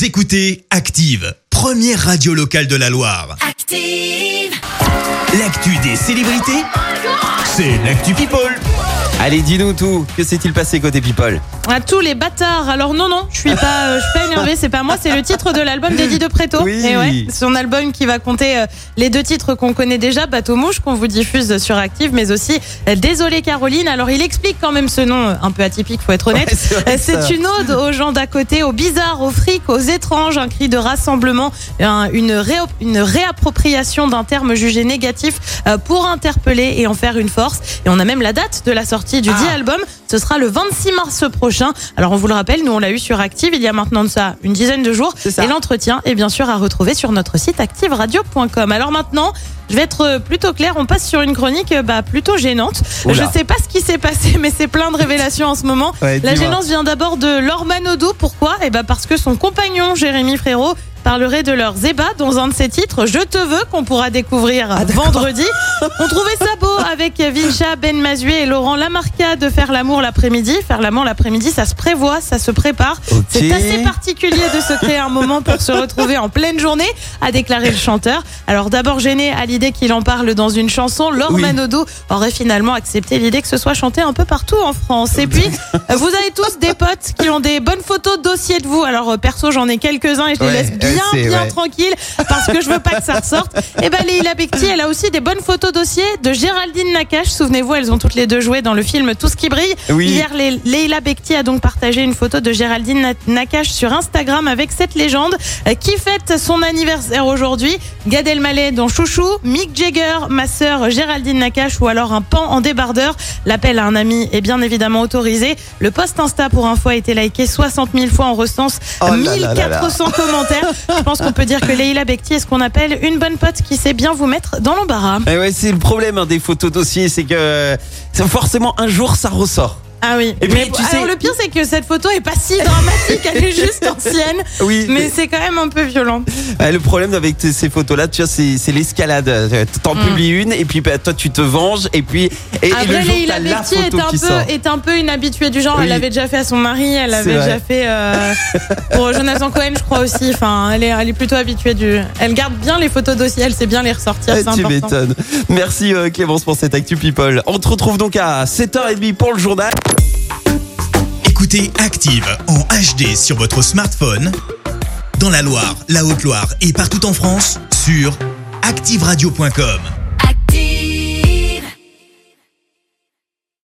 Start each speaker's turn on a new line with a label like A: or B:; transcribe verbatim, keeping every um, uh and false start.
A: Vous écoutez Active, première radio locale de la Loire.
B: Active.
A: L'actu des célébrités, c'est l'actu People.
C: Allez, dis-nous tout. Que s'est-il passé côté People?
D: À tous les bâtards. Alors non, non, je suis pas, euh, je suis pas énervée, c'est pas moi, c'est le titre de l'album d'Eddie De Pretto.
C: Oui.
D: Et ouais, son album qui va compter euh, les deux titres qu'on connaît déjà, Bateau Mouche, qu'on vous diffuse sur Active, mais aussi euh, Désolé Caroline. Alors il explique quand même ce nom euh, un peu atypique, faut être honnête.
C: Ouais, c'est vrai,
D: Euh, c'est
C: ça.
D: une ode aux gens d'à côté, aux bizarres, aux frics, aux étranges, un cri de rassemblement, un- une, ré- une réappropriation d'un terme jugé négatif euh, pour interpeller et en faire une force. Et on a même la date de la sortie du dit
C: Ah.
D: album. Ce sera le vingt-six mars prochain. Alors on vous le rappelle, nous on l'a eu sur Active il y a maintenant de ça une dizaine de jours.
C: C'est ça.
D: Et l'entretien est bien sûr à retrouver sur notre site active radio point com. Alors maintenant, je vais être plutôt claire, on passe sur une chronique bah, plutôt gênante.
C: Oula.
D: Je sais pas ce qui s'est passé, mais c'est plein de révélations en ce moment.
C: Ouais,
D: La
C: dis-moi.
D: gênance vient d'abord de Laure Manodou. Pourquoi ? Eh ben parce que son compagnon Jérémy Frérot parlerait de leurs ébats dans un de ses titres, Je te veux, qu'on pourra découvrir
C: Ah,
D: vendredi. On trouvait ça beau avec Vincha Ben Mazué et Laurent Lamarca de faire l'amour l'après-midi. Faire l'amour l'après-midi, ça se prévoit, ça se prépare.
C: Ok.
D: C'est assez particulier de se créer un moment pour se retrouver en pleine journée, a déclaré le chanteur. Alors d'abord gêné à l'idée qu'il en parle dans une chanson, Laure
C: Oui.
D: Manodou aurait finalement accepté l'idée que ce soit chanté un peu partout en France. Et puis, euh, vous avez tous des potes qui ont des bonnes photos dossiers de vous. Alors euh, perso, j'en ai quelques-uns et je les
C: Ouais,
D: laisse
C: ouais,
D: bien,
C: c'est-
D: bien
C: ouais.
D: tranquilles parce que je veux pas que ça ressorte. Et ben Leïla Bekti, elle a aussi des bonnes photos dossiers de Géraldine Nakache. Souvenez-vous, elles ont toutes les deux joué dans le film Tout ce qui brille.
C: Oui.
D: Hier, Le- Leïla Bekti a donc partagé une photo de Géraldine Na- Nakache sur Instagram avec cette légende euh, qui fête son anniversaire aujourd'hui. Gad Elmaleh dans Chouchou, Mick Jagger, ma sœur Géraldine Nakache ou alors un pan en débardeur. L'appel à un ami est bien évidemment autorisé. Le post Insta pour info a été liké soixante mille fois, en recense
C: Oh là là
D: mille
C: là là.
D: quatre cents commentaires. Je pense qu'on peut dire que Leïla Bekti est ce qu'on appelle une bonne pote qui sait bien vous mettre dans l'embarras.
C: Eh ouais, c'est le problème hein, des photos dossiers, c'est que euh, c'est forcément un jour ça ressort.
D: Ah oui.
C: Et puis,
D: Mais
C: tu
D: alors
C: sais-
D: le pire c'est que cette photo est pas si dramatique, elle est juste ancienne.
C: Oui.
D: Mais c'est quand même un peu violent.
C: Ouais, le problème avec t- ces photos-là, tu vois, c'est, c'est l'escalade. Euh, T'en
D: Mm.
C: publies une et puis bah, toi tu te venges et puis et, et
D: Après,
C: le jour
D: Leïla
C: t'as la
D: Bekti est
C: photo
D: un,
C: qui
D: peu,
C: sort.
D: est un peu une habituée du genre.
C: Oui.
D: Elle l'avait déjà fait à son mari, elle
C: C'est
D: l'avait
C: vrai.
D: déjà fait euh, pour Jonathan Cohen, je crois aussi. Enfin, elle est, elle est plutôt habituée du. Elle garde bien les photos dossiers, elle sait bien les ressortir,
C: Eh,
D: c'est
C: tu
D: important.
C: m'étonnes. Merci euh, Clémence pour cette Actu People. On te retrouve donc à sept heures trente pour le journal.
A: Écoutez Active en H D sur votre smartphone, dans la Loire, la Haute-Loire et partout en France, sur active radio point com.